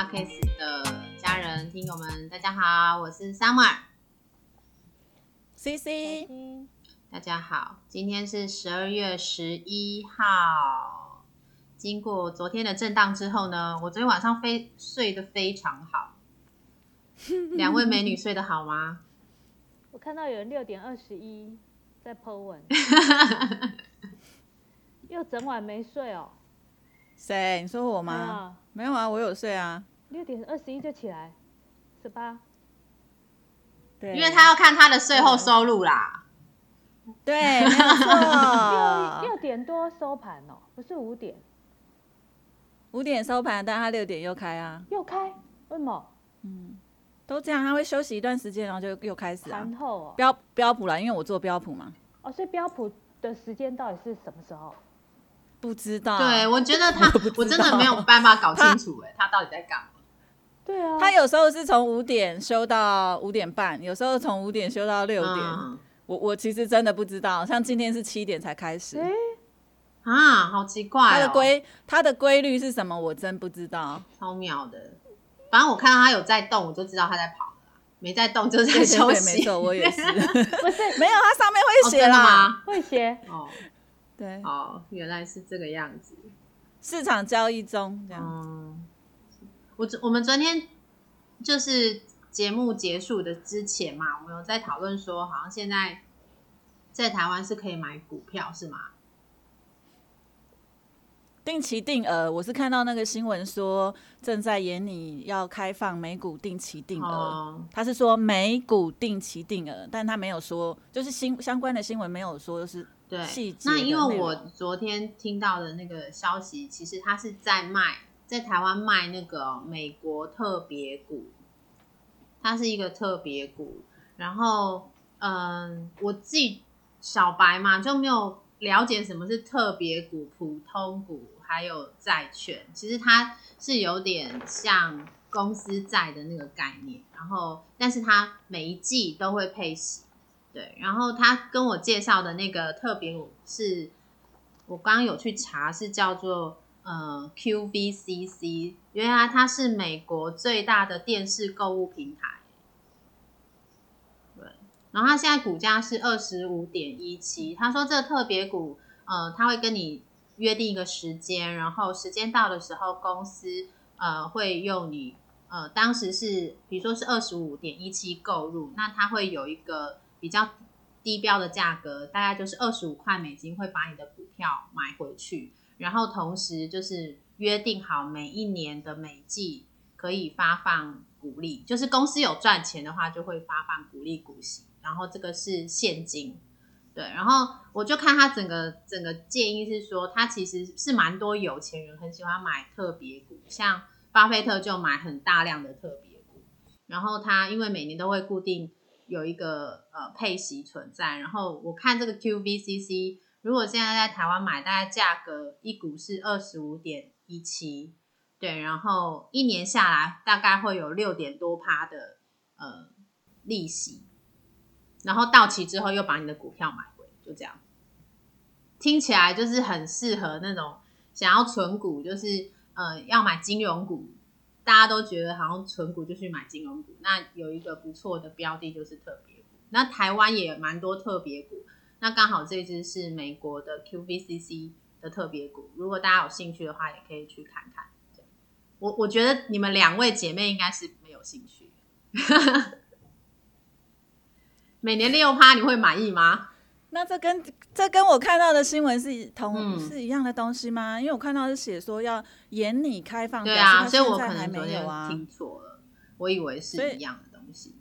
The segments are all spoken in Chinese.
Podcast 的家人听友们，大家好，我是 Summer。CC， 大家好，今天是12月11号。经过昨天的震荡之后呢，我昨天晚上睡得非常好。两位美女睡得好吗？ 我看到有人6点21在 po 文，又整晚没睡哦。 谁？你说我吗？没有啊，我有睡啊。 6点21就起来，18。 对， 因为他要看他的税后收入啦。 对，没有错。 6点多收盘哦，不是5点。 5点收盘，但他6点又开啊。 又开？为什么？ 都这样，他会休息一段时间，然后就又开始啊。 盘后哦。 标普啦，因为我做标普嘛。 哦，所以标普的时间到底是什么时候？ 不知道。 对，我觉得我真的没有办法搞清楚他到底在干嘛。 对啊。 他有时候是从5点休到5点半，有时候从5点休到6点。我其实真的不知道，像今天是7点才开始。 好奇怪哦。 他的规律是什么？我真不知道。 超妙的。反正我看到他有在动，我就知道他在跑了。没在动就是在休息。 对，没错，我也是。不是， 没有，它上面会写啦。 会写。 对。 原来是这个样子。 市场交易中这样。 我们昨天就是节目结束的之前嘛，我们有在讨论说，好像现在在台湾是可以买股票，是吗？ 定期定额，我是看到那个新闻说正在研拟要开放美股定期定额，他是说美股定期定额，但他没有说，就是相关的新闻没有说是细节的内容。 那因为我昨天听到的那个消息，其实他是在台湾卖那个美国特别股，它是一个特别股，然后我自己小白嘛，就没有了解什么是特别股、普通股还有债券，其实它是有点像公司债的那个概念，然后但是它每一季都会配息，对，然后他跟我介绍的那个特别股是我刚刚有去查，是叫做QVCC， 原来它是美国最大的电视购物平台。然后它现在股价是 25.17， 他说这个特别股他会跟你约定一个时间，然后时间到的时候公司会用你当时是比如说是 25.17 购入，那它会有一个比较低标的价格，大概就是$25会把你的股票买回去，然后同时就是约定好每一年的每季可以发放股利，就是公司有赚钱的话就会发放股利股息，然后这个是现金。对，然后我就看他整个建议是说，他其实是蛮多有钱人很喜欢买特别股，像巴菲特就买很大量的特别股，然后他因为每年都会固定有一个配息存在，然后我看这个 QVCC 如果现在在台湾买，大概价格一股是 25.17， 对，然后一年下来大概会有6点多%的利息，然后到期之后又把你的股票买回，就这样。听起来就是很适合那种想要存股，就是要买金融股，大家都觉得好像存股就去买金融股，那有一个不错的标的就是特别股。那台湾也蛮多特别股，那刚好这支是美国的 QVCC 的特别股，如果大家有兴趣的话也可以去看看。我觉得你们2位姐妹应该是没有兴趣。每年6%你会满意吗？ 那这跟我看到的新闻是一样的东西吗？因为我看到是写说要研拟开放， 对啊，所以我可能昨天听错了，我以为是一样的东西。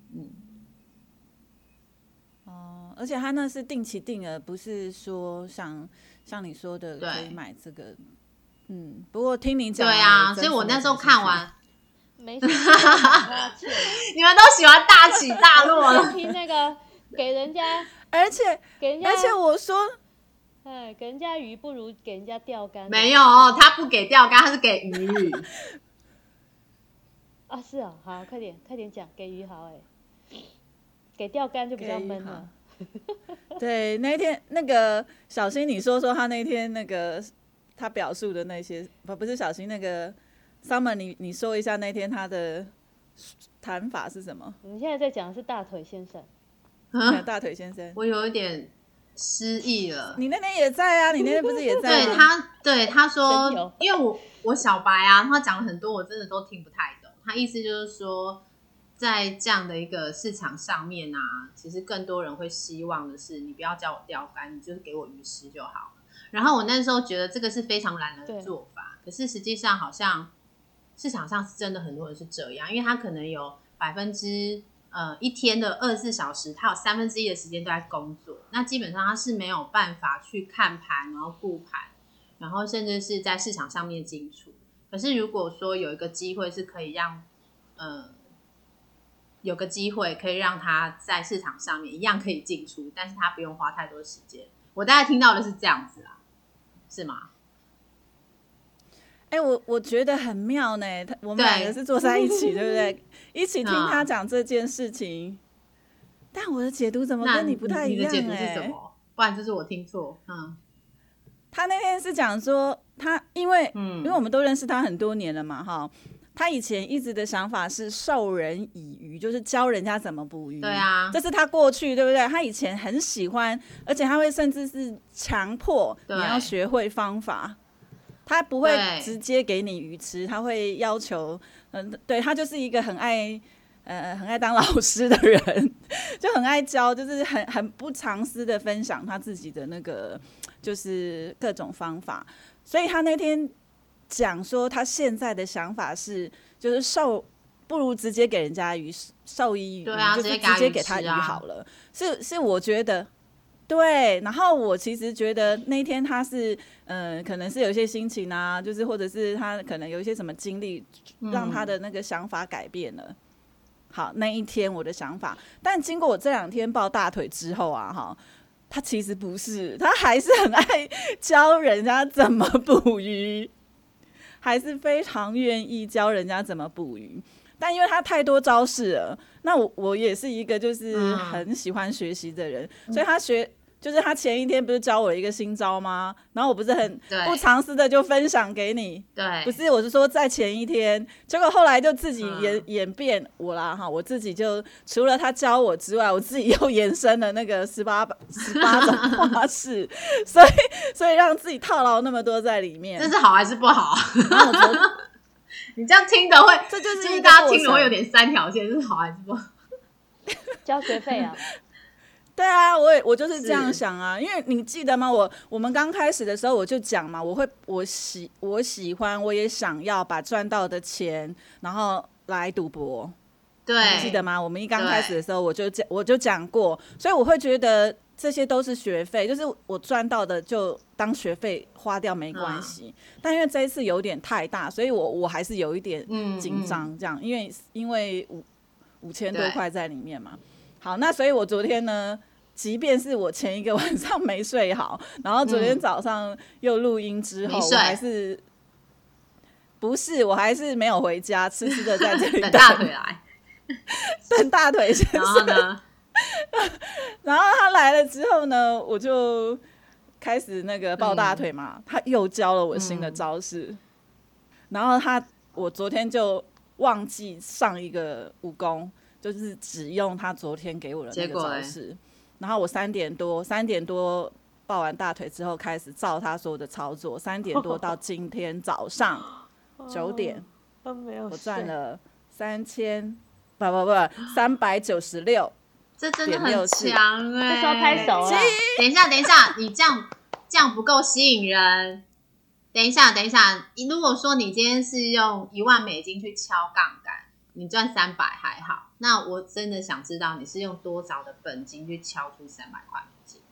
而且他那是定期定额，不是说像你说的可以买这个。不过听你讲， 对啊，所以我那时候看完。 没事， 你们都喜欢大起大落了。 听那个给人家， 而且我说， 给人家鱼不如给人家钓竿。 没有，他不给钓竿，他是给鱼。 是啊，好，快点讲，给鱼好给钓竿就比较闷了。 对，那一天那个小新，你说他那天那个他表述的那些，不是小新那个。 Summer， 你说一下那天他的谈法是什么？ 你现在在讲的是大腿先生。 大腿先生， 我有一点失忆了。 你那天也在啊？你那天不是也在吗？对他说，因为我小白啊，他讲了很多，我真的都听不太懂。他意思就是说，在这样的一个市场上面啊，其实更多人会希望的是，你不要叫我钓竿，你就是给我鱼吃就好。然后我那时候觉得这个是非常懒人的做法，可是实际上好像市场上是真的很多人是这样，因为他可能有一天的24小时，他有1/3的时间都在工作，那基本上他是没有办法去看盘，然后顾盘，然后甚至是在市场上面进出。可是如果说有一个机会是可以让有个机会可以让他在市场上面一样可以进出，但是他不用花太多时间。我大概听到的是这样子啦，是吗？ 我觉得很妙呢。我们两个是坐在一起，对不对？一起听他讲这件事情。但我的解读怎么跟你不太一样？ 你的解读是什么？不然就是我听错。 他那天是讲说，他因为我们都认识他很多年了嘛，哈。他以前一直的想法是授人以渔，就是教人家怎么捕鱼。 对啊， 这是他过去，对不对？他以前很喜欢，而且他会甚至是强迫你要学会方法。他不会直接给你鱼吃，他会要求，对，他就是一个很爱当老师的人，就很爱教，就是很不藏私的分享他自己的那个就是各种方法。所以他那天讲说，他现在的想法是，就是不如直接给人家鱼，授以鱼， 对啊， 就是直接给他鱼好了。是我觉得。对，然后我其实觉得那一天他是，可能是有一些心情啊，就是或者是他可能有一些什么经历，让他的那个想法改变了。好，那一天我的想法，但经过我这2天抱大腿之后啊，哈，他其实不是，他还是很爱教人家怎么捕鱼，还是非常愿意教人家怎么捕鱼。但因为他太多招式了，那我也是一个就是很喜欢学习的人，所以就是他前一天不是教我一个新招吗？然后我不是很不藏私的就分享给你， 对， 不是，我是说在前一天，结果后来就自己演变我啦哈，我自己就除了他教我之外，我自己又延伸了那个18种花式，所以让自己套牢那么多在里面， 这是好还是不好？你这样听的会， 这就是大家听的会有点3条线，是好还是不好？ 交学费啊。 对啊，我就是这样想啊，因为你记得吗？我们刚开始的时候我就讲嘛，我喜欢，我也想要把赚到的钱，然后来赌博。 对， 你记得吗？我们一刚开始的时候我就讲过，所以我会觉得这些都是学费，就是我赚到的就当学费花掉没关系。但因为这一次有点太大，所以我还是有一点紧张，这样，因为5000多块在里面嘛。好，那所以我昨天呢，即便是我前一个晚上没睡好，然后昨天早上又录音之后，我还是不是，我还是没有回家，痴痴的在这里等大腿来， 等大腿先生。 然后呢？ 然后他来了之后呢，我就开始那个抱大腿嘛，他又教了我新的招式，然后我昨天就忘记上一个武功。就是只用他昨天给我的那个招式，然后我3点多抱完大腿之后开始照他说的操作，3点多到今天早上9点，我赚了396， 这真的很强哎！ 这时候拍手了。 等一下，你这样不够吸引人。等一下，如果说你今天是用$10,000去敲杠杆，你赚300还好。那我真的想知道你是用多少的本金去敲出300块美金？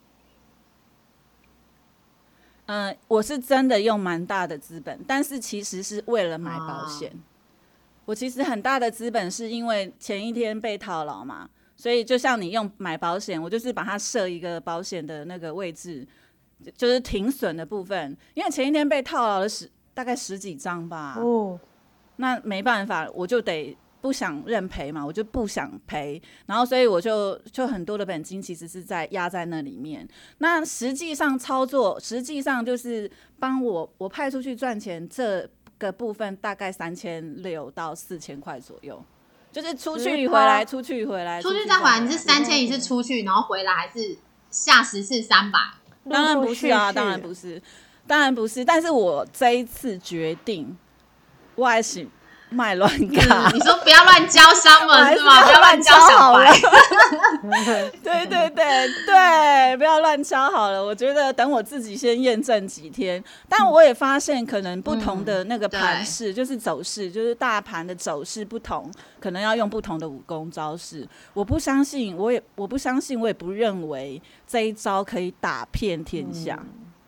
我是真的用蛮大的资本，但是其实是为了买保险。我其实很大的资本是因为前一天被套牢嘛，所以就像你用买保险，我就是把它设一个保险的那个位置，就是停损的部分，因为前一天被套牢了大概10几张吧。那没办法，我就得。不想认赔嘛，我就不想赔，然后所以我就很多的本金其实是压在那里面。那实际上操作，实际上就是帮我派出去赚钱，这个部分大概3600到4000块左右，就是出去回来，出去回来， 出去再回来。你是3000一次出去，然后回来还是下10次300？ 当然不是啊，当然不是，当然不是。但是我这一次决定，我还是卖乱咖。 你说不要乱教商们是吗？不要乱教小白。 对对对对，不要乱敲好了。我觉得等我自己先验证几天，但我也发现可能不同的那个盘势，就是走势，就是大盘的走势不同，可能要用不同的武功招式。我不相信，我也不认为这一招可以打遍天下。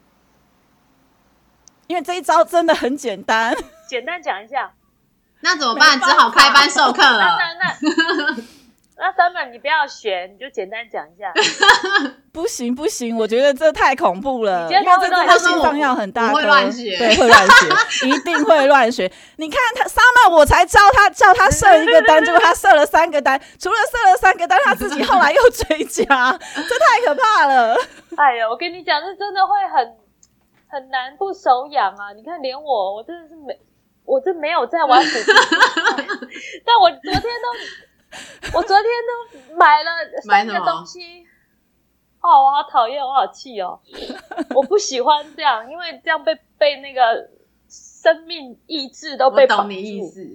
因为这一招真的很简单， 简单讲一下。 那怎么办？只好开班授课了。 那Summer你不要学，你就简单讲一下。 不行不行，我觉得这太恐怖了，因为这真的心脏要很大颗， 会乱学， 对，会乱学，一定会乱学。你看他Summer，我才叫他射一个单，结果他射了3个单，除了射了3个单，他自己后来又追加，这太可怕了。 哎呀，我跟你讲，这真的会很难不手痒啊！你看，连我真的是我真没有在玩股票，但我昨天都买了3个东西。哦，我好讨厌，我好气哦！我不喜欢这样，因为这样被那个生命意志都被绑住。 我懂你意思。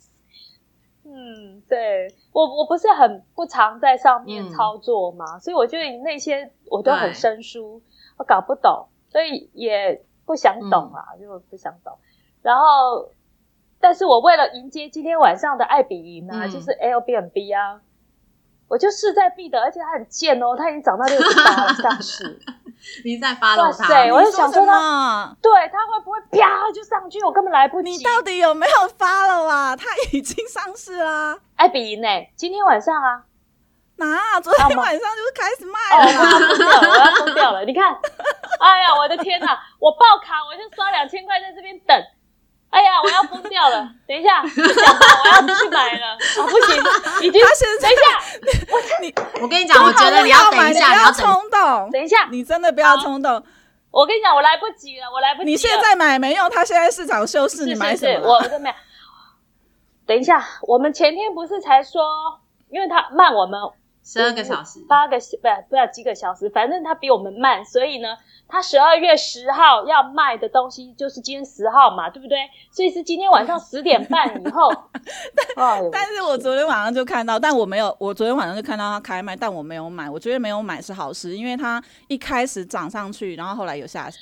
对，我不是很不常在上面操作嘛，所以我觉得那些我都很生疏，我搞不懂，所以也不想懂啊，就不想懂。然后，但是我为了迎接今天晚上的爱比赢啊，就是 Airbnb 啊，我就势在必得，而且它很贱哦，它已经涨到68了上市。 你在 follow 它？ 对，我就想说它，对，它会不会啪就上去？我根本来不及。 你到底有没有 follow 啊？它已经上市啦， 爱比赢今天晚上啊。 昨天晚上就是开始卖了我要疯掉了！你看，哎呀，我的天哪！我报卡我就刷2000块在这边等。哎呀，我要疯掉了！等一下，我要去买了。不行，已经。等一下， 我跟你讲，我觉得你要等一下， 不要冲动。 等一下， 你真的不要冲动。 我跟你讲，我来不及了， 你现在买没用，它现在市场休市，你买什么？ 我真没有。等一下，我们前天不是才说，因为他慢我们 12个小时 ，8个不知道几个小时，反正他比我们慢，所以呢，他12月10号要卖的东西就是今天10号嘛，对不对？所以是今天晚上10点半以后。 但是我昨天晚上就看到，但我没有，我昨天晚上就看到他开卖，但我没有买。我觉得没有买是好事，因为他一开始涨上去，然后后来有下修。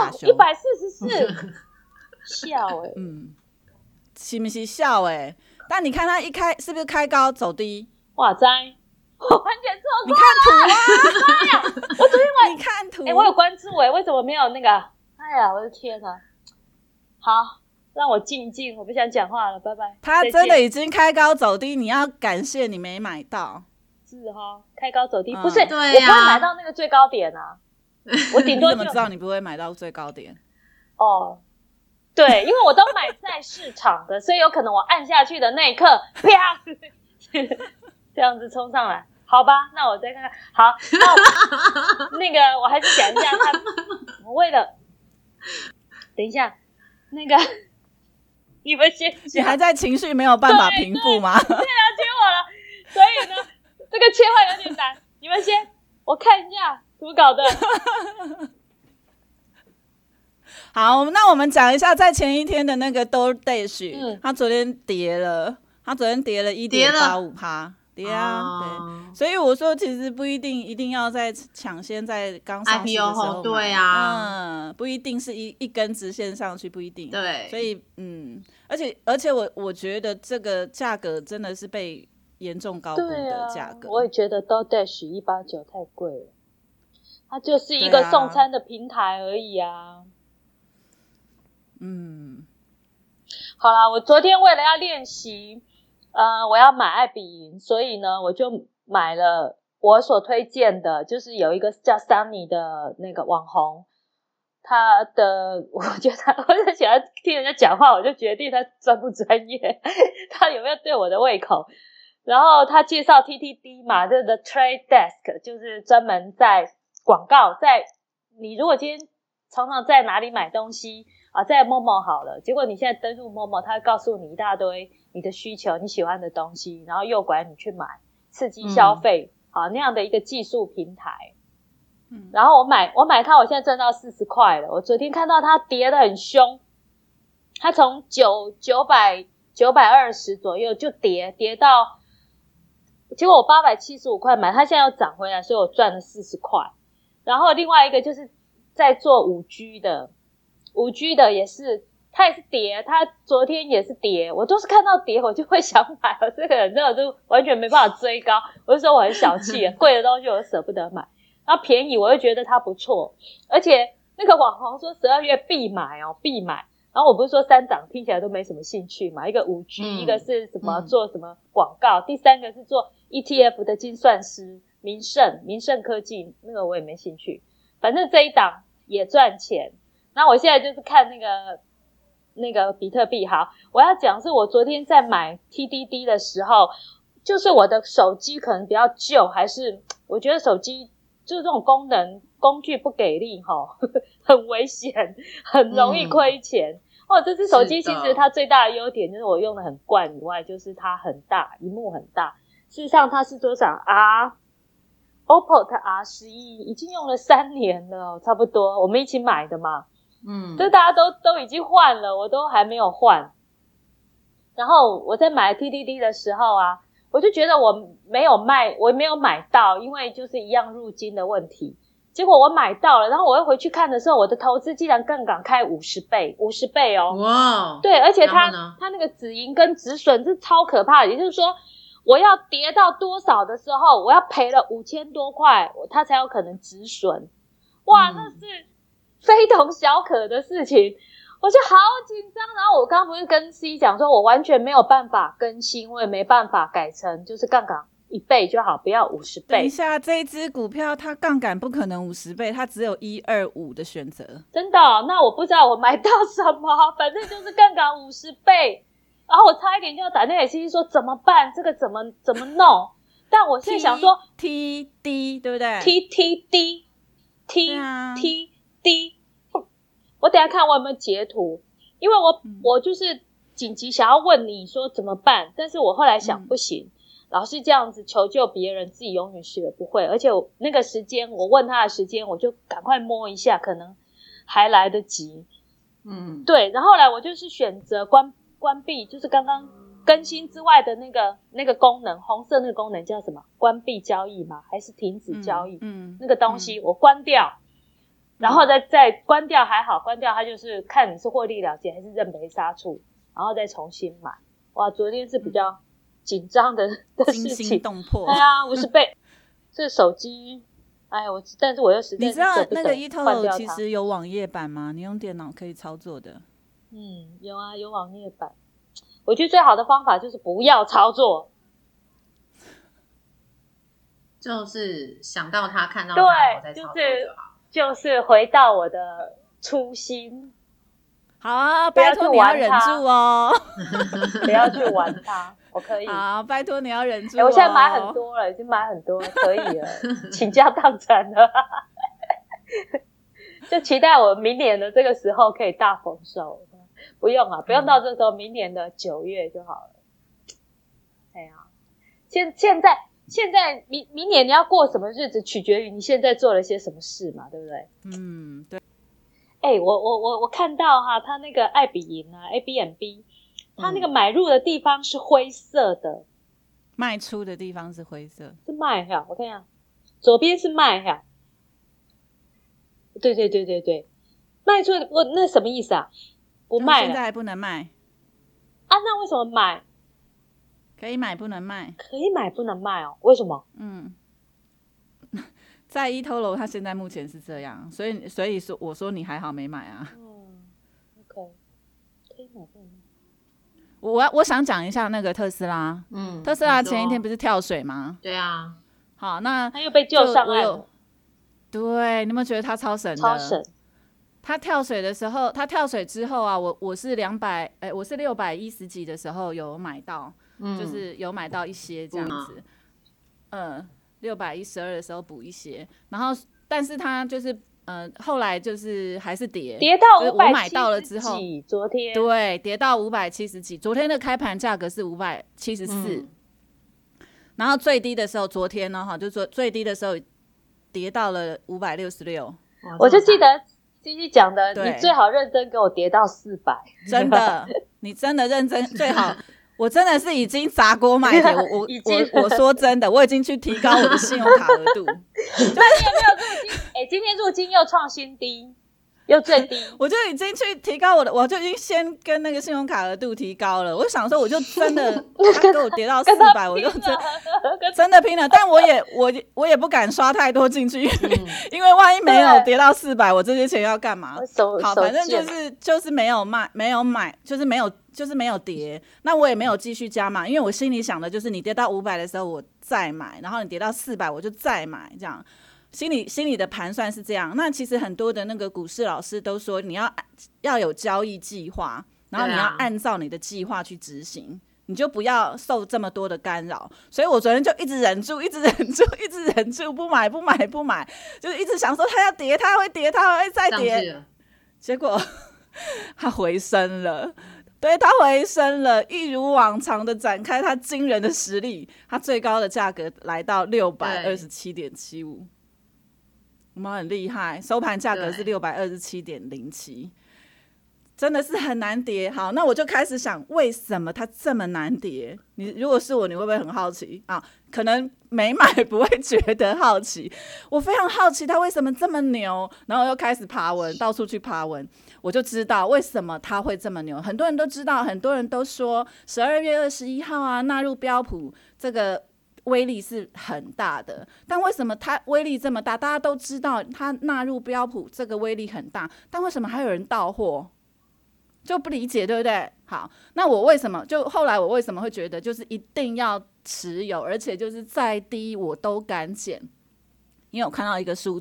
144，笑是不是笑但你看他是不是开高走低？ 哇塞！我完全错过了， 你看图啊！ 我昨天你看图， 我有关注为什么没有那个？哎呀，我的天哪！好，让我静一静，我不想讲话了，拜拜。 他真的已经开高走低，你要感谢你没买到。 是开高走低，不是，对啊，我不会买到那个最高点啊。我顶多你怎么知道你不会买到最高点？ 对，因为我都买在市场的，所以有可能我按下去的那一刻，啪，这样子冲上来。好吧，那我再看看。好，那个我还是讲一下我为了等一下那个你们先讲， 你还在情绪没有办法平复吗？ 对，了解我了。所以呢，这个切换有点难。你们先，我看一下怎么搞的。 好，那我们讲一下在前一天的那个 DoorDash，他昨天跌了 1.85%。对啊，对，所以我说其实不一定要在抢先在刚上市的时候买， 对啊， 不一定是一根直线上去，不一定。 对， 所以而且我觉得这个价格真的是被严重高估的价格。 我也觉得 DoorDash 189太贵了，它就是一个送餐的平台而已啊。好啦，我昨天为了要练习。我要买爱比赢，所以呢，我就买了我所推荐的，就是有一个叫 Sunny 的那个网红，我觉得我就喜欢听人家讲话，我就决定他专不专业，他有没有对我的胃口。然后他介绍 TTD 嘛，就是 The Trade Desk， 就是专门在广告，在你如果今天常常在哪里买东西， 在 Momo 好了，结果你现在登入 Momo， 它会告诉你一大堆你的需求，你喜欢的东西，然后诱拐你去买，刺激消费，那样的一个技术平台。然后我买它，我现在赚到40块了。我昨天看到它跌得很凶，它从920左右就跌到，结果我875块买，它现在又涨回来，所以我赚了40块。然后另外一个就是在做5G 的也是，它也是跌，它昨天也是跌，我都是看到跌我就会想买，我这个人真的就完全没办法追高，我就说我很小气，贵的东西我舍不得买，然后便宜我就觉得它不错，而且那个网红说12月必买，然后我不是说3档听起来都没什么兴趣嘛，一个5G，一个是什么做什么广告，第三个是做 ETF 的精算师，民盛科技，那个我也没兴趣，反正这一档也赚钱。那我现在就是看那个比特币。好，我要讲是我昨天在买 TDD 的时候，就是我的手机可能比较旧，还是我觉得手机就是这种工具不给力很危险，很容易亏钱。这只手机其实它最大的优点就是我用的很惯以外，就是它很大，萤幕很大。事实上它是多少？OPPO 的 R11 已经用了3年了，差不多，我们一起买的嘛。就大家都已经换了，我都还没有换。然后我在买 TDD 的时候我就觉得我没有买到，因为就是一样入金的问题。结果我买到了，然后我又回去看的时候，我的投资竟然杠杆开50倍哦！ 哇， 对，而且它那个止盈跟止损是超可怕的，也就是说，我要跌到多少的时候，我要赔了5000多块，它才有可能止损。哇，那是非同小可的事情，我就好紧张。然后我刚刚不是跟 C 讲说，我完全没有办法更新，我也没办法改成就是杠杆1倍就好，不要50倍。 等一下，这一支股票它杠杆不可能50倍，它只有125的选择。 真的那我不知道我买到什么，反正就是杠杆50倍。然后我差一点就要打电话给 C 说怎么办，这个怎么弄？但我现在想说 TD 对不对 ？TTD，我等一下看我有没有截图，因为我就是紧急想要问你说怎么办，但是我后来想不行，老是这样子求救别人，自己永远学不会，而且那个时间我问他的时间，我就赶快摸一下，可能还来得及。对，然后后来我就是选择关闭，就是刚刚更新之外的那个功能，红色那个功能叫什么？关闭交易吗？还是停止交易？那个东西我关掉。然后再关掉还好，关掉它就是看你是获利了结还是认赔杀出，然后再重新买。哇，昨天是比较紧张的事情， 惊心动魄。 对啊，50倍，这手机，但是我又实在是舍不得换掉它。 你知道那个 eToro 其实有网页版吗？你用电脑可以操作的。 有啊，有网页版。我觉得最好的方法就是不要操作， 就是想到它看到它我再操作就好。 就是回到我的初心。 好啊，拜托你要忍住哦， 不要去玩它，我可以。 好，拜托你要忍住我现在买很多了，已经买很多了，可以了，倾家荡产了。就期待我明年的这个时候可以大丰收。不用不用到这时候，明年的9月就好了。现在明年你要过什么日子，取决于你现在做了些什么事嘛，对不对？对。我看到他那个爱彼迎ABNB， 他那个买入的地方是灰色的， 卖出的地方是灰色， 是卖哈，我看一下，左边是卖哈。对，卖出那什么意思啊？不卖了， 现在还不能卖那为什么买？ 可以买不能卖， 可以买不能卖哦？为什么？ 在eToro它现在目前是这样，所以说我说你还好没买啊。 OK， 可以买不能卖。 我想讲一下那个特斯拉，特斯拉前一天不是跳水吗？ 对啊， 好，那他又被救上岸了。 对，你有没有觉得他超神的？ 超神！ 他跳水的时候，他跳水之后我是我是610几的时候有买到，就是有买到一些这样子，612的时候补一些，然后但是他就是后来就是还是跌到570几， 我买到了之后， 昨天对，跌到570几，昨天的开盘价格是574，然后最低的时候昨天呢，就说最低的时候跌到了566， 我就记得继续讲的，你最好认真给我跌到400， 真的，你真的认真最好。我真的是已经砸锅卖铁，我说真的，我已经去提高我的信用卡额度。 那你有没有入金？今天入金又创新低，又最低。 我就已经去提高我就已经先跟那个信用卡额度提高了。我想说，我就真的他给我跌到400，我就真的拼了。但我也不敢刷太多进去，因为万一没有跌到400，我这些钱要干嘛？好，反正就是没有买，就是没有跌，那我也没有继续加码，因为我心里想的就是你跌到500的时候我再买，然后你跌到400我就再买，这样心里的盘算是这样。那其实很多的那个股市老师都说你要有交易计划，然后你要按照你的计划去执行，你就不要受这么多的干扰。所以我昨天就一直忍住不买，就是一直想说它要跌，它会跌，它会再跌，结果它回升了。对，它回升了，一如往常的展开它惊人的实力，它最高的价格来到 627.75， 我们很厉害，收盘价格是 627.07， 真的是很难跌。好，那我就开始想，为什么它这么难跌？你如果是我，你会不会很好奇啊？可能没买不会觉得好奇，我非常好奇它为什么这么牛，然后又开始爬文，到处去爬文，我就知道为什么它会这么牛。很多人都知道，很多人都说12月21号啊纳入标普这个威力是很大的，但为什么它威力这么大？大家都知道它纳入标普这个威力很大，但为什么还有人到货？就不理解，对不对？好，那我为什么后来我为什么会觉得就是一定要持有，而且就是再低我都敢减？因为我看到一个数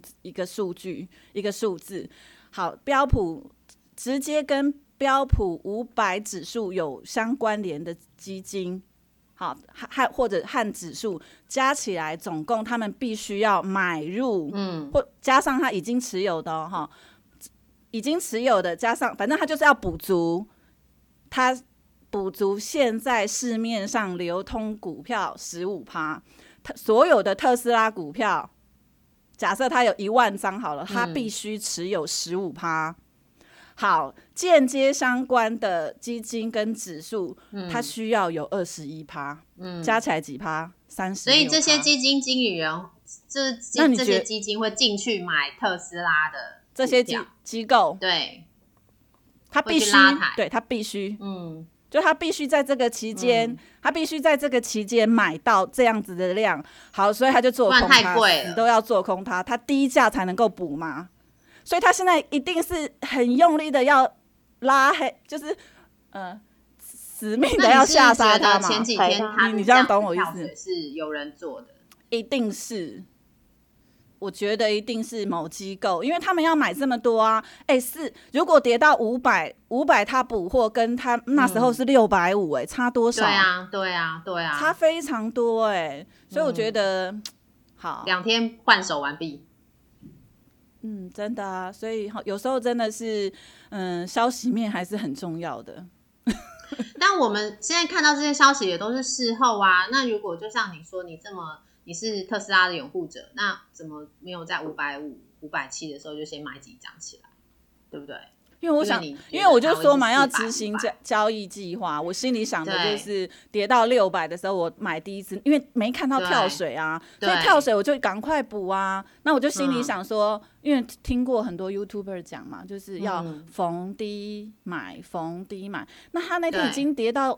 字，好，标普直接跟标普500指数有相关联的基金，好，或者和指数加起来，总共他们必须要买入，或加上他已经持有的哦，已经持有的加上，反正他就是要补足现在市面上流通股票 15%， 所有的特斯拉股票，假设他有1万张好了，他必须持有 15%。好，间接相关的基金跟指数，它需要有 21%，加起来几趴？36%。 所以这些基金经理人，这些基金会进去买特斯拉的这些机构， 对， 他必须，对，他必须，就他必须在这个期间，买到这样子的量。好，所以他就做空它，死都要做空它，他低价才能够补嘛。所以他现在一定是很用力的要拉黑，就是死命的要下杀他嘛。 前几天你这样懂我意思？ 是有人做的， 一定是。我觉得一定是某机构，因为他们要买这么多啊。如果跌到500他补货，跟他那时候是650，差多少？ 对啊， 差非常多所以我觉得好 ，2天换手完毕。 真的啊，所以有时候真的是，消息面还是很重要的。 但我们现在看到这些消息也都是事后啊。那如果就像你说，你是特斯拉的拥护者，那怎么没有在550、570的时候就先买几张起来，对不对？ 因为我就说嘛，要执行交易计划。我心里想的就是跌到600的时候，我买第一次，因为没看到跳水啊，所以跳水我就赶快补啊。那我就心里想说，因为听过很多 YouTuber 讲嘛，就是要逢低买，逢低买。那他那天已经跌到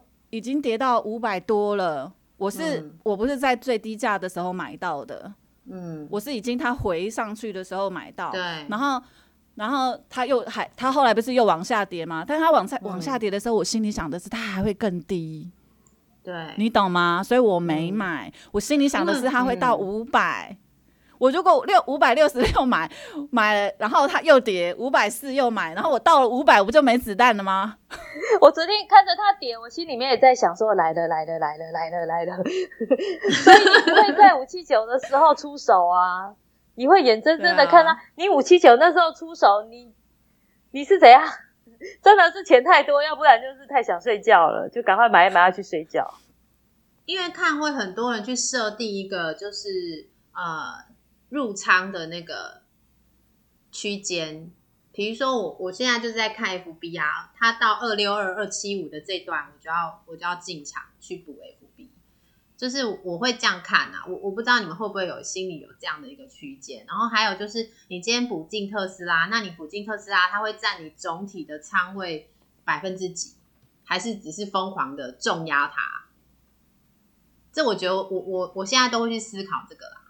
500多了。我不是在最低价的时候买到的，我是已经它回上去的时候买到， 对， 然后它后来不是又往下跌吗？但它往下跌的时候，我心里想的是它还会更低， 对， 你懂吗？所以我没买，我心里想的是它会到500。我如果566买了，然后它又跌540又买，然后我到了500，我不就没子弹了吗？ 我昨天看着它跌，我心里面也在想说来了，所以你不会在579的时候出手啊？ 你会眼睁睁的看到你579那时候出手，你是怎样？真的是钱太多，要不然就是太想睡觉了，就赶快买一买要去睡觉。 因为看会很多人去设定一个就是入仓的那个区间，比如说我现在就是在看 FB 啊，它到262275的这段我就要进场去补 FB， 就是我会这样看啊，我不知道你们会不会有心里有这样的一个区间。然后还有就是你今天补进特斯拉，那你补进特斯拉，它会占你总体的仓位几%，还是只是疯狂的重压它？这我觉得我现在都会去思考这个啦。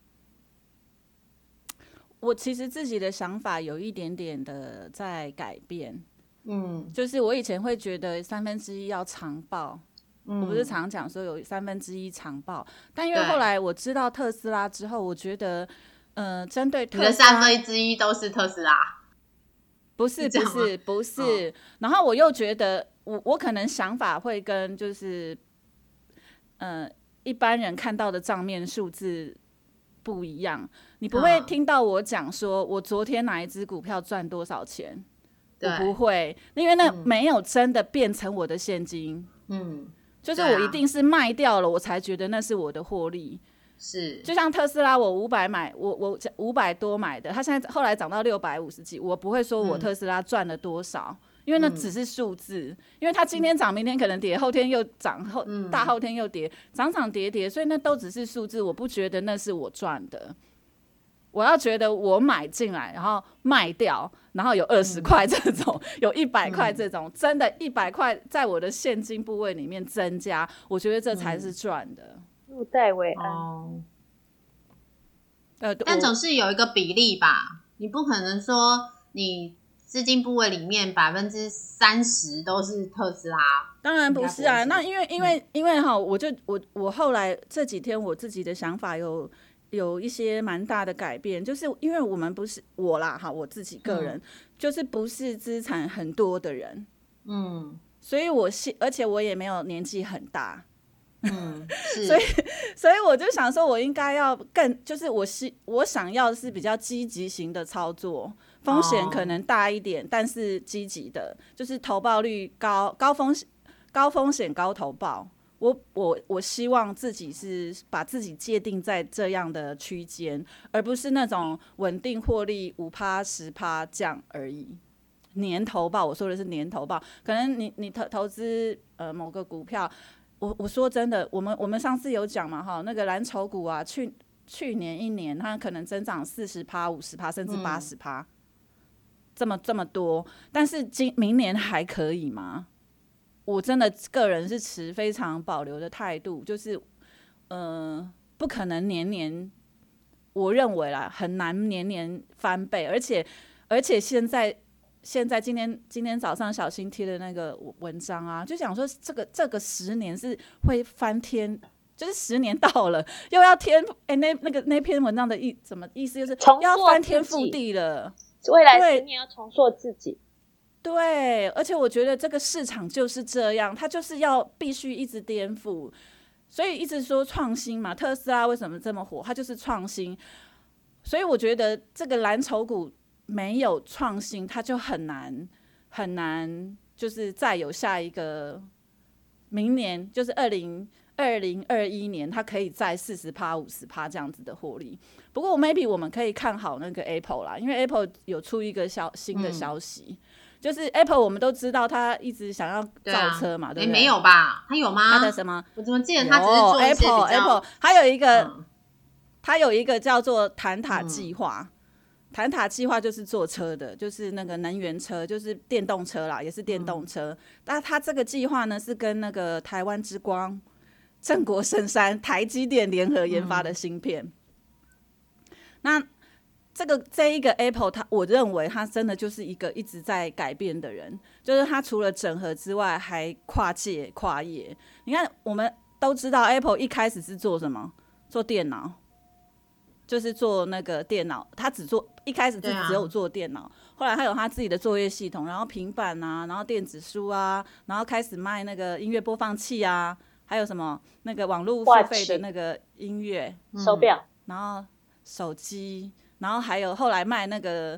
我其实自己的想法有一点点的在改变，就是我以前会觉得1/3要长报，我不是常讲说有1/3长报，但因为后来我知道特斯拉之后，我觉得，针对特斯拉， 你的1/3都是特斯拉， 不是，然后我又觉得我可能想法会跟就是，一般人看到的账面数字不一样，你不会听到我讲说我昨天哪一只股票赚多少钱，我不会，因为那没有真的变成我的现金，就是我一定是卖掉了，我才觉得那是我的获利。 是， 就像特斯拉，我500买，我500多买的，它现在后来涨到650几，我不会说我特斯拉赚了多少，因为那只是数字，因为它今天涨，明天可能跌，后天又涨，大后天又跌，涨跌，所以那都只是数字，我不觉得那是我赚的。我要觉得我买进来，然后卖掉，然后有20块这种，有100块这种，真的100块在我的现金部位里面增加，我觉得这才是赚的。 入袋为安。 但总是有一个比例吧，你不可能说你资金部位里面30%都是特斯拉。 当然不是啊，那因为哈，我后来这几天我自己的想法有一些蛮大的改变，就是因为我们不是我啦哈，我自己个人就是不是资产很多的人，所以而且我也没有年纪很大， 是所以我就想说，我应该要就是我想要是比较积极型的操作，风险可能大一点，但是积极的，就是投报率高风险高投报。我希望自己是把自己界定在这样的区间，而不是那种稳定获利5%、10%这样而已。年投报，我说的是年投报，可能你投资某个股票，我说真的，我们上次有讲嘛哈，那个蓝筹股啊，去年1年它可能增长40%、50%甚至80%，这么多，但是明年还可以吗？我真的个人是持非常保留的态度，就是不可能年年，我认为啦很难年年翻倍，而且现在今天早上小新贴的那个文章啊，就讲说这个10年是会翻天，就是10年到了又要那篇文章的什么意思，就是要翻天覆地了， 未来10年要重塑自己。 对，而且我觉得这个市场就是这样，它就是必须一直颠覆，所以一直说创新嘛。特斯拉为什么这么火？它就是创新，所以我觉得这个蓝筹股没有创新，它就很难，就是再有下一个明年，就是2021年，它可以在40%、50%这样子的获利。不过 maybe 我们可以看好那个 Apple 啦，因为 Apple 有出一个新的消息。就是 Apple 我们都知道他一直想要造车嘛， 对不对？ 没有吧？他有吗？ 他的什么？ 我怎么记得他只是做一些比较 Apple 他有一个叫做坦塔计划，坦塔计划就是做车的，就是那个能源车，就是电动车啦，也是电动车。但他这个计划呢是跟那个台湾之光、正国圣山、台积电联合研发的芯片。那这一个 Apple， 我认为他真的就是一个一直在改变的人，就是他除了整合之外，还跨界跨业。你看，我们都知道 Apple 一开始是做什么？做电脑，就是做那个电脑。他一开始只有做电脑，后来他有他自己的作业系统，然后平板啊，然后电子书啊，然后开始卖那个音乐播放器啊，还有什么那个网络付费的那个音乐手表， 然后手机，然后还有后来卖那个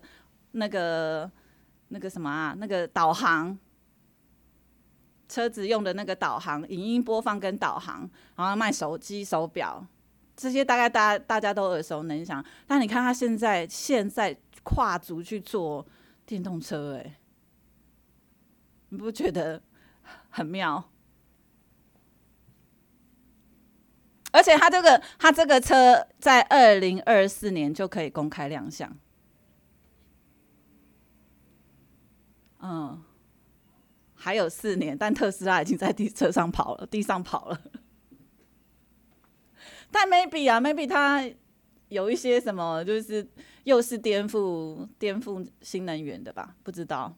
什么啊，那个导航，车子用的那个导航，影音播放跟导航，然后卖手机、手表，这些大概大家都耳熟能详。但你看他现在跨足去做电动车，你不觉得很妙？而且他这个车在2024年就可以公开亮相。还有4年，但特斯拉已经在地上跑了。但 maybe 它有一些什么，就是又是颠覆新能源的吧？不知道。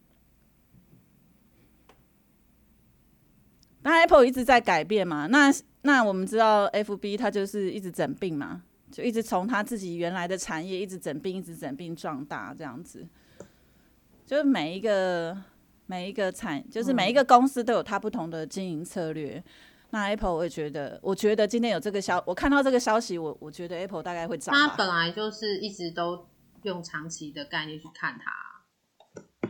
那 Apple 一直在改变嘛？那我们知道 FB 它就是一直整并嘛，就一直从它自己原来的产业一直整并壮大这样子。就是每一个就是每一个公司都有它不同的经营策略。那 Apple 我觉得今天有这个我看到这个消息，我觉得 Apple 大概会涨吧。 它本来就是一直都用长期的概念去看它。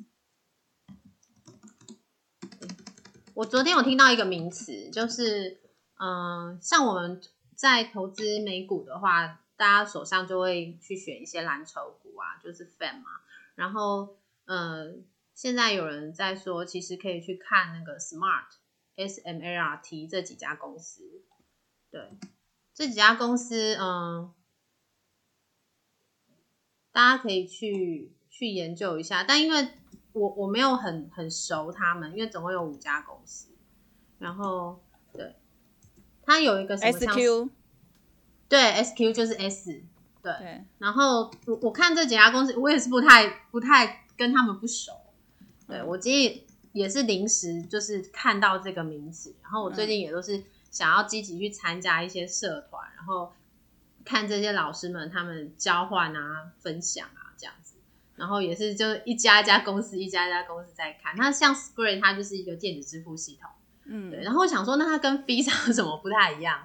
我昨天有听到一个名词，就是像我们在投资美股的话，大家手上就会去选一些蓝筹股啊，就是 FAM 嘛。然后现在有人在说，其实可以去看那个 SMART 这几家公司。对，这几家公司大家可以去研究一下。但因为我没有很熟他们，因为总共有5家公司。然后对，它有一个什么 SQ， 对 SQ 就是 S。对，然后我看这几家公司，我也是不太跟他们不熟。对，我今天也是临时就是看到这个名词，然后我最近也都是想要积极去参加一些社团，然后看这些老师们他们交换啊、分享啊这样子，然后也是就一家公司在看。那像 Square 它就是一个电子支付系统，对。然后我想说，那它跟 Visa 有什么不太一样？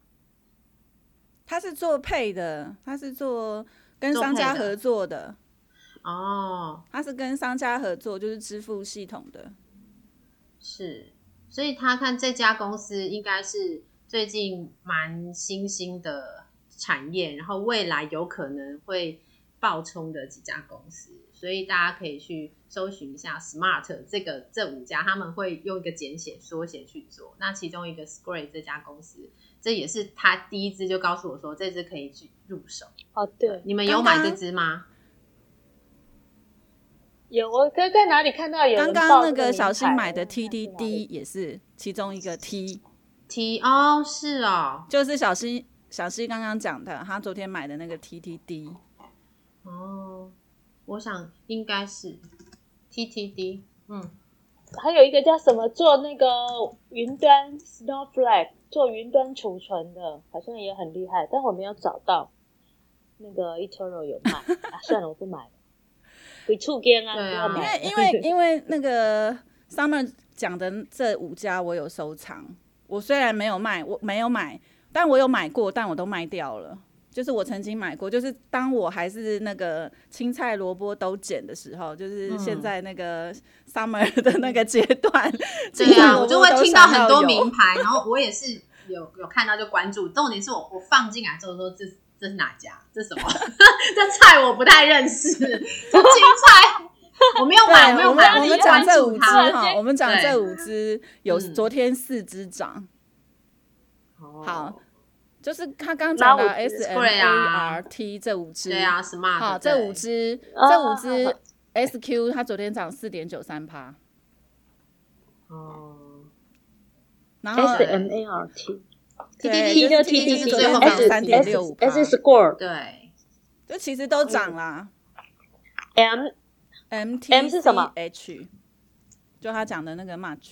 他是做配的，他是做跟商家合作的。他是跟商家合作，就是支付系统的。 是，所以他看这家公司应该是最近蛮新兴的产业，然后未来有可能会爆冲的几家公司，所以大家可以去搜寻一下 Smart 这5家，他们会用一个简写缩写去做。那其中一个 Square 这家公司，这也是他第一支就告诉我说这支可以去入手。 对， 你们有买这支吗？ 有，我在哪里看到有人刚刚那个小新买的 TTD 也是其中一个 T 是哦， 就是小新刚刚讲的，他昨天买的那个 TTD。 我想应该是 TTD。 还有一个叫什么做那个云端 Snowflake 做云端储存的，好像也很厉害，但我没有找到。那个 eToro 有卖算了，我不买了。会触电啊！ 对啊， 因为那个 Summer 讲的这5家我有收藏。我虽然没有买，但我有买过，但我都卖掉了。就是我曾经买过，就是当我还是那个青菜萝卜都捡的时候，就是现在那个 Summer 的那个阶段。 对啊，我就会听到很多名牌，然后我也是有看到就关注。重点是我放进来之后说这是哪家？这是什么？这菜我不太认识。青菜我没有买，我们讲这5支哈，我们讲这5支有昨天4支涨。好，就是他刚讲的 SMART 这5支， 对啊 ，Smart 好，这5支 SQ 它昨天涨4.93%。然后 SMART。 TTD 就 TTD 最后涨3.65%， S Score 对， 就其实都涨啦。 M 是什么 ？H， 就他讲的那个 March。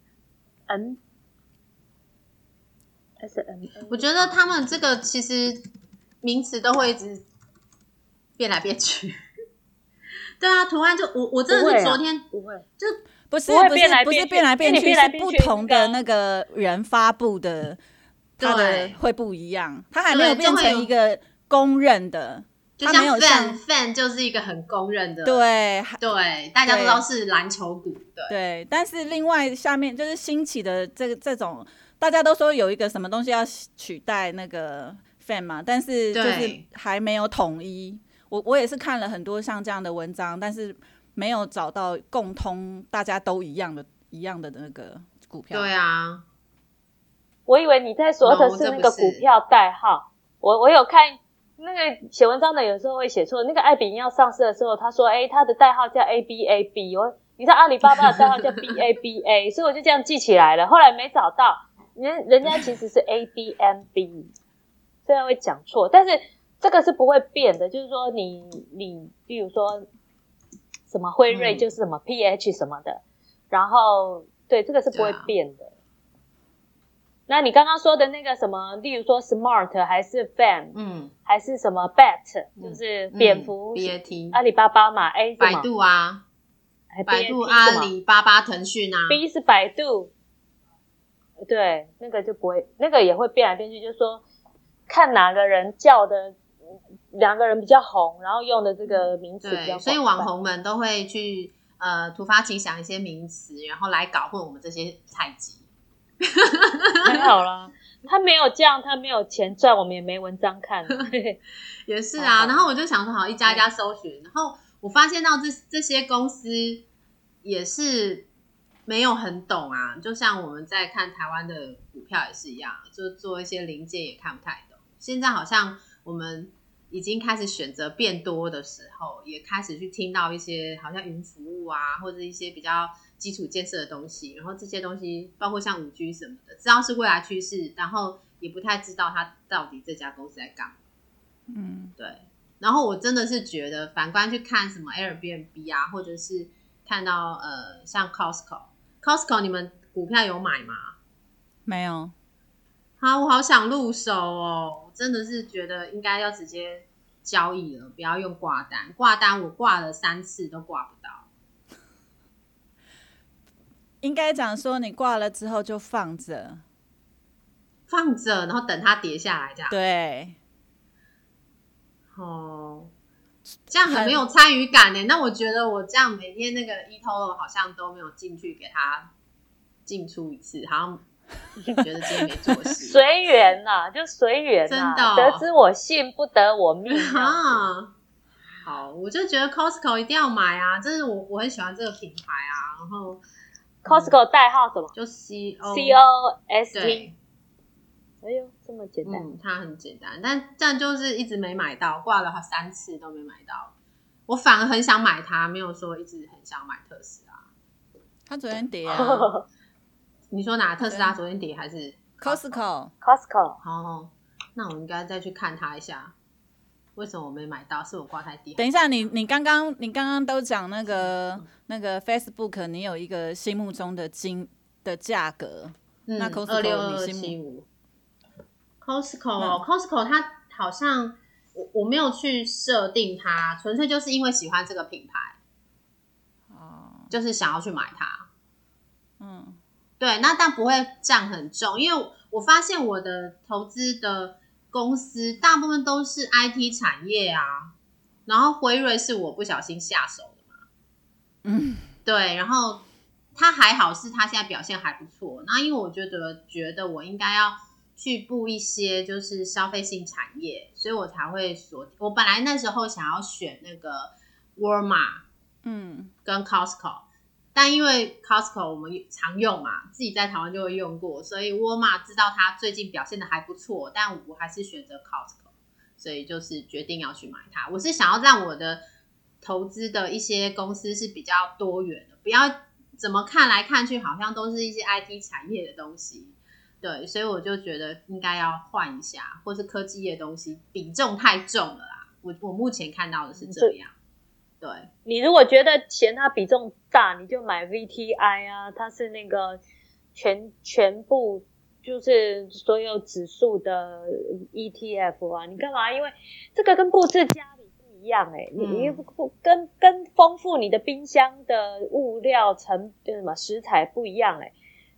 我觉得他们这个其实名词都会一直变来变去。对啊，图案就我真的是昨天不会， 就不是变来变去，是不同的那个人发布的。它的会不一样，它还没有变成一个公认的， 就像 fan 就是一个很公认的， 对， 大家都知道是篮球股， 对。但是另外下面就是兴起的这种，大家都说有一个什么东西要取代那个 fan 嘛，但是就是还没有统一。我也是看了很多像这样的文章，但是没有找到共通大家都一样的那个股票。 对啊， 我以为你在说的是那个股票代号。我有看那个写文章的，有时候会写错。那个爱彼迎要上市的时候，他说它的代号叫 ABAB， 你知道阿里巴巴的代号叫 BABA， 所以我就这样记起来了。后来没找到，人家其实是 ADMB， 虽然会讲错，但是这个是不会变的。就是说你比如说什么辉瑞就是什么 PH 什么的，然后对，这个是不会变的。那你刚刚说的那个什么，例如说 Smart 还是 Fan， 还是什么 Bat， 就是蝙蝠 ，BAT， 阿里巴巴嘛 ，A 百度啊，百度、阿里巴巴、腾讯啊 ，B 是百度，对，那个就不会，那个也会变来变去，就是说看哪个人叫的，两个人比较红，然后用的这个名词比较广泛， 所以网红们都会去突发奇想一些名词，然后来搞混我们这些菜鸡。 还好啦，他没有这样，他没有钱赚，我们也没文章看。 也是啊，然后我就想说，好，一家一家搜寻，然后我发现到这些公司也是没有很懂啊，就像我们在看台湾的股票也是一样，就做一些零件也看不太懂。现在好像我们已经开始选择变多的时候，也开始去听到一些好像云服务啊，或者一些比较基础建设的东西，然后这些东西包括像 5G 什么的，知道是未来趋势，然后也不太知道它到底这家公司在干嘛。对。然后我真的是觉得反观去看什么 Airbnb 啊，或者是看到像 Costco 你们股票有买吗？ 没有。 我好想入手哦，我真的是觉得应该要直接交易了，不要用挂单。挂单我挂了3次都挂不到。 应该讲说你挂了之后就放着， 然后等它跌下来这样。 对。 这样很没有参与感耶。那我觉得我这样每天那个 eToro 好像都没有进去给它进出一次，好像觉得今天没做事。 随缘啦，就随缘啦，真的，得之我幸，不得我命啊。 好，我就觉得 Costco 一定要买啊，这是我很喜欢这个品牌啊。然后 Costco 代号什么？ 就 COST。 对。哎呦，这么简单。 它很简单，但这样就是一直没买到，挂了3次都没买到。我反而很想买它，没有说一直很想买特斯拉。 它昨天跌啊。 你说哪特斯拉昨天跌还是 Costco？ 好，那我应该再去看它一下，为什么我没买到？是我挂太低？ 等一下，你刚刚都讲那个 Facebook， 你有一个心目中的价格，那 Costco 你心目 Costco 它好像我没有去设定它，纯粹就是因为喜欢这个品牌，就是想要去买它。对，那但不会占很重，因为我发现我的投资的公司大部分都是 IT 产业啊，然后辉瑞是我不小心下手的嘛。对，然后它还好是它现在表现还不错，那因为我觉得我应该要去布一些就是消费性产业，所以我才会我本来那时候想要选那个 Walmart 跟 Costco， 但因为 Costco 我们常用嘛，自己在台湾就会用过，所以 Walmart 知道它最近表现的还不错，但我还是选择 Costco， 所以就是决定要去买它。我是想要让我的投资的一些公司是比较多元的，不要怎么看来看去好像都是一些 IT 产业的东西。对，所以我就觉得应该要换一下，或是科技业的东西比重太重了啦。我目前看到的是这样。对， 你如果觉得嫌它比重大，你就买 VTI 啊，它是那个全部就是所有指数的 ETF 啊。你干嘛？因为这个跟布置家里不一样你跟丰富你的冰箱的物料什么食材不一样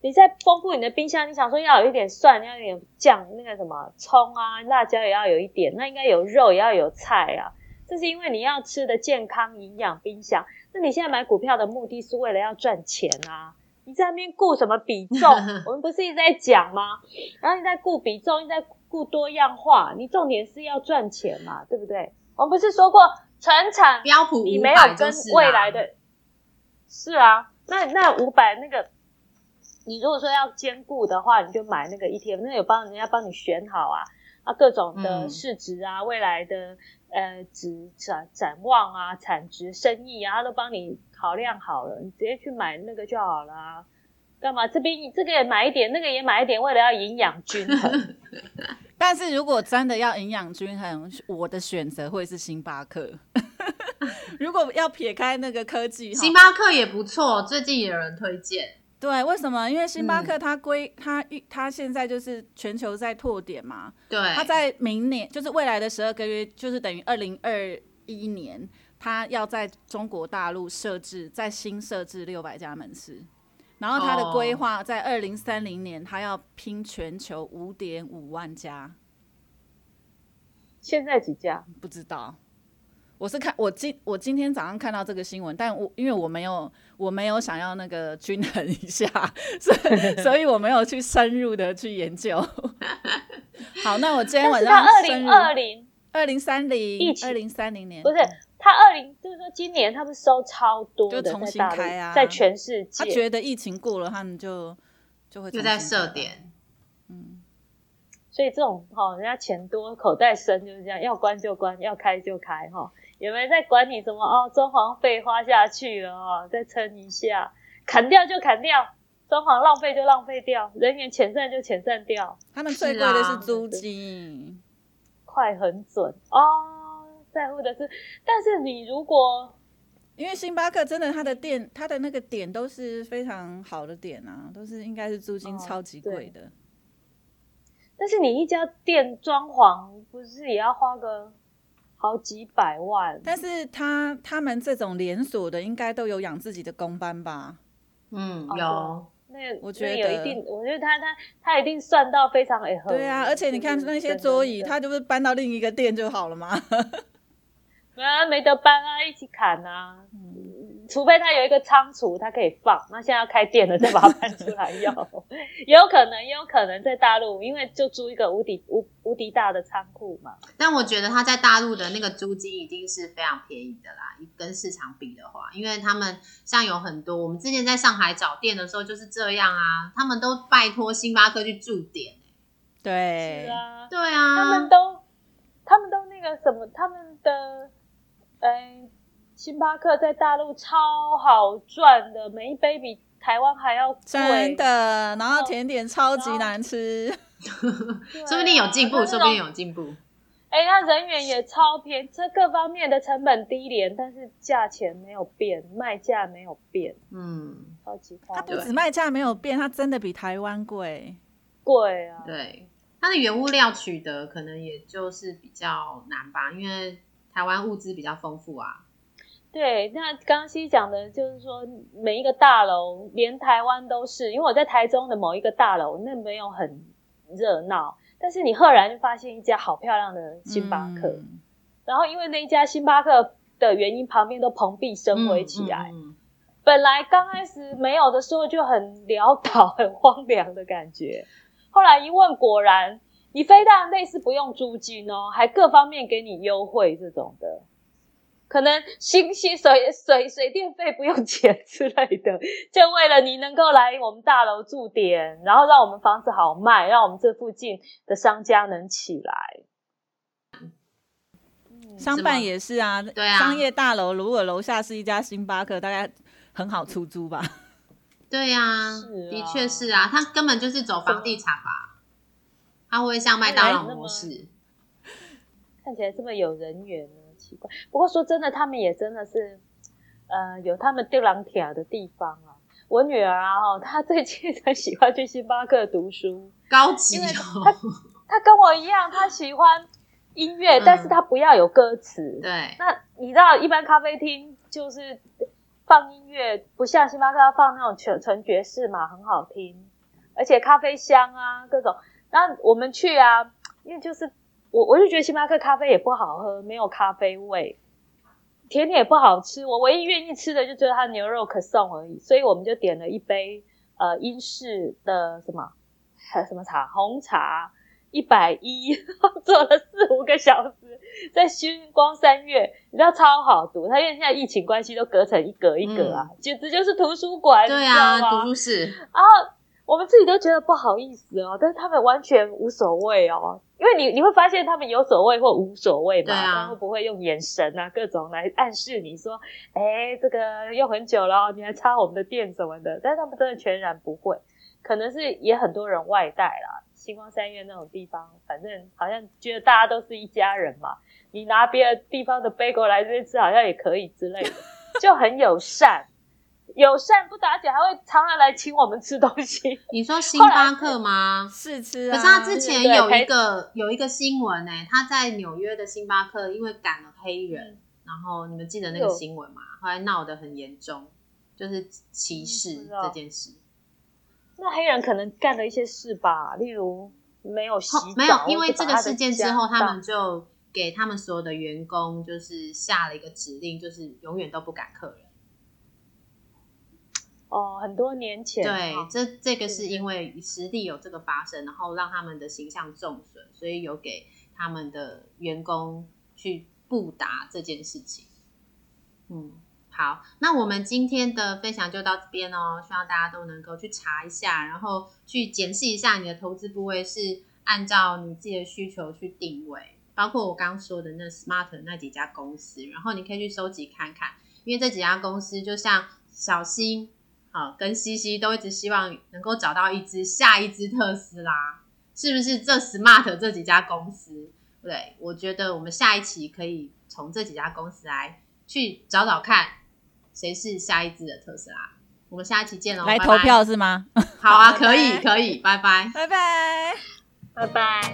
你在丰富你的冰箱，你想说要有一点蒜，要有一点酱，那个什么葱啊、辣椒也要有一点，那应该有肉也要有菜啊。这是因为你要吃的健康营养冰箱。那你现在买股票的目的是为了要赚钱啊，你在那边顾什么比重？我们不是一直在讲吗？然后你在顾比重，你在顾多样化，你重点是要赚钱嘛，对不对？我们不是说过传产标普500 你没有跟未来的是啊，那500那个你如果说要兼顾的话，你就买那个 ETF， 那有人家帮你选好啊，各种的市值啊，未来的展望啊，产值、生意啊，他都帮你考量好了，你直接去买那个就好了啊。干嘛这边这个也买一点，那个也买一点，为了要营养均衡。 但是如果真的要营养均衡，我的选择会是星巴克。如果要撇开那个科技， 星巴克也不错，最近也有人推荐。 对，为什么？因为星巴克它现在就是全球在拓点嘛， 对， 它在明年就是未来的12个月，就是等于2021年，它要在中国大陆新设置600家门市，然后它的规划在2030年，它要拼全球5.5万家。 现在几家？ 不知道。我今天早上看到这个新闻，但因为我没有想要那个均衡一下，所以我没有去深入的去研究。好，那我今天晚上2030年不是就是说今年他们收超多的， 就重新开啊， 在全世界。 他觉得疫情过了，他们就会就在设点。 所以这种人家钱多口袋深就是这样，要关就关，要开就开有没有在管你什么装潢费花下去了再撑一下，砍掉就砍掉，装潢浪费就浪费掉，人员遣散就遣散掉。 他们最贵的是租金， 快很准在乎的是，但是你如果因为星巴克真的它的那个点都是非常好的点啊，都是应该是租金超级贵的。 但是你一家店装潢不是也要花个好几百万？ 但是他们这种连锁的应该都有养自己的工班吧？ 有。 那我觉得有一定，我觉得他一定算到非常对啊，而且你看那些桌椅，他就不是搬到另一个店就好了吗？ 没得搬啊，一起砍啊。除非他有一个仓储，他可以放。那现在要开店了，再把它搬出来用，也有可能在大陆，因为就租一个无敌大的仓库嘛。 但我觉得他在大陆的那个租金一定是非常便宜的啦，跟市场比的话，因为他们像有很多，我们之前在上海找店的时候就是这样啊，他们都拜托星巴克去驻点。 对， 是啊， 对啊， 他们都那个什么，他们的星巴克在大陆超好赚的，每一杯比台湾还要贵， 真的。然后甜点超级难吃， 说不定有进步，说不定有进步。 他人员也超便宜，这各方面的成本低廉，但是价钱没有变，卖价没有变，超级夸张。 它不止卖价没有变，它真的比台湾贵啊。 对，它的原物料取得可能也就是比较难吧，因为台湾物资比较丰富啊。 对，那刚刚西讲的就是说，每一个大楼，连台湾都是，因为我在台中的某一个大楼，那没有很热闹，但是你赫然就发现一家好漂亮的星巴克，然后因为那一家星巴克的原因，旁边都蓬荜生辉起来。本来刚开始没有的时候就很潦倒、很荒凉的感觉，后来一问，果然你非但类似不用租金还各方面给你优惠这种的。可能水电费不用钱之类的，就为了你能够来我们大楼驻点，然后让我们房子好卖，让我们这附近的商家能起来。 商办也是啊， 对啊， 商业大楼如果楼下是一家星巴克，大概很好出租吧？ 对啊，的确是啊，他根本就是走房地产吧，他会像麦当劳模式， 看起来这么有人缘呢。奇怪，不过说真的，他们也真的是，有他们丢狼铁的地方啊。我女儿啊，她最近很喜欢去星巴克读书， 高级她跟我一样，她喜欢音乐，但是她不要有歌词。 对， 那你知道，一般咖啡厅就是放音乐，不像星巴克要放那种纯爵士嘛，很好听。 而且咖啡香啊各种。那我们去啊，因为就是我就觉得星巴克咖啡也不好喝，没有咖啡味，甜点也不好吃，我唯一愿意吃的就只有它牛肉可颂而已，所以我们就点了一杯英式的什么茶，红茶110，坐了4-5个小时，在星光三月，你知道超好读，它因为现在疫情关系都隔成一格一格啊，简直就是图书馆， 对啊，读书室。 然后我们自己都觉得不好意思哦，但是他们完全无所谓哦，因为你会发现他们有所谓或无所谓嘛，他们会不会用眼神啊各种来暗示你说，这个用很久了，你还插我们的店什么的，但是他们真的全然不会，可能是也很多人外带啦，星光三月那种地方，反正好像觉得大家都是一家人嘛，你拿别的地方的bagel来这边吃好像也可以之类的，就很友善。友善不打紧，还会常常来请我们吃东西。 你说星巴克吗？ 试吃啊。 可是他之前有一个新闻他在纽约的星巴克因为赶了黑人，然后你们记得那个新闻吗？后来闹得很严重，就是歧视这件事。 那黑人可能干了一些事吧，例如没有洗澡， 没有，因为这个事件之后，他们就给他们所有的员工就是下了一个指令，就是永远都不赶客人。 很多年前， 对，这个是因为实地有这个发生，然后让他们的形象重损，所以有给他们的员工去布达这件事情。好，那我们今天的分享就到这边哦，希望大家都能够去查一下，然后去检视一下你的投资部位是按照你自己的需求去定位，包括我刚刚说的那 Smart 那几家公司，然后你可以去收集看看，因为这几家公司就像小新跟西西都一直希望能够找到下一只特斯拉，是不是这 Smart 这几家公司？对，我觉得我们下一期可以从这几家公司来去找找看谁是下一只的特斯拉。我们下一期见咯， 来投票是吗？ 好啊，可以，拜拜， 拜拜， 拜拜。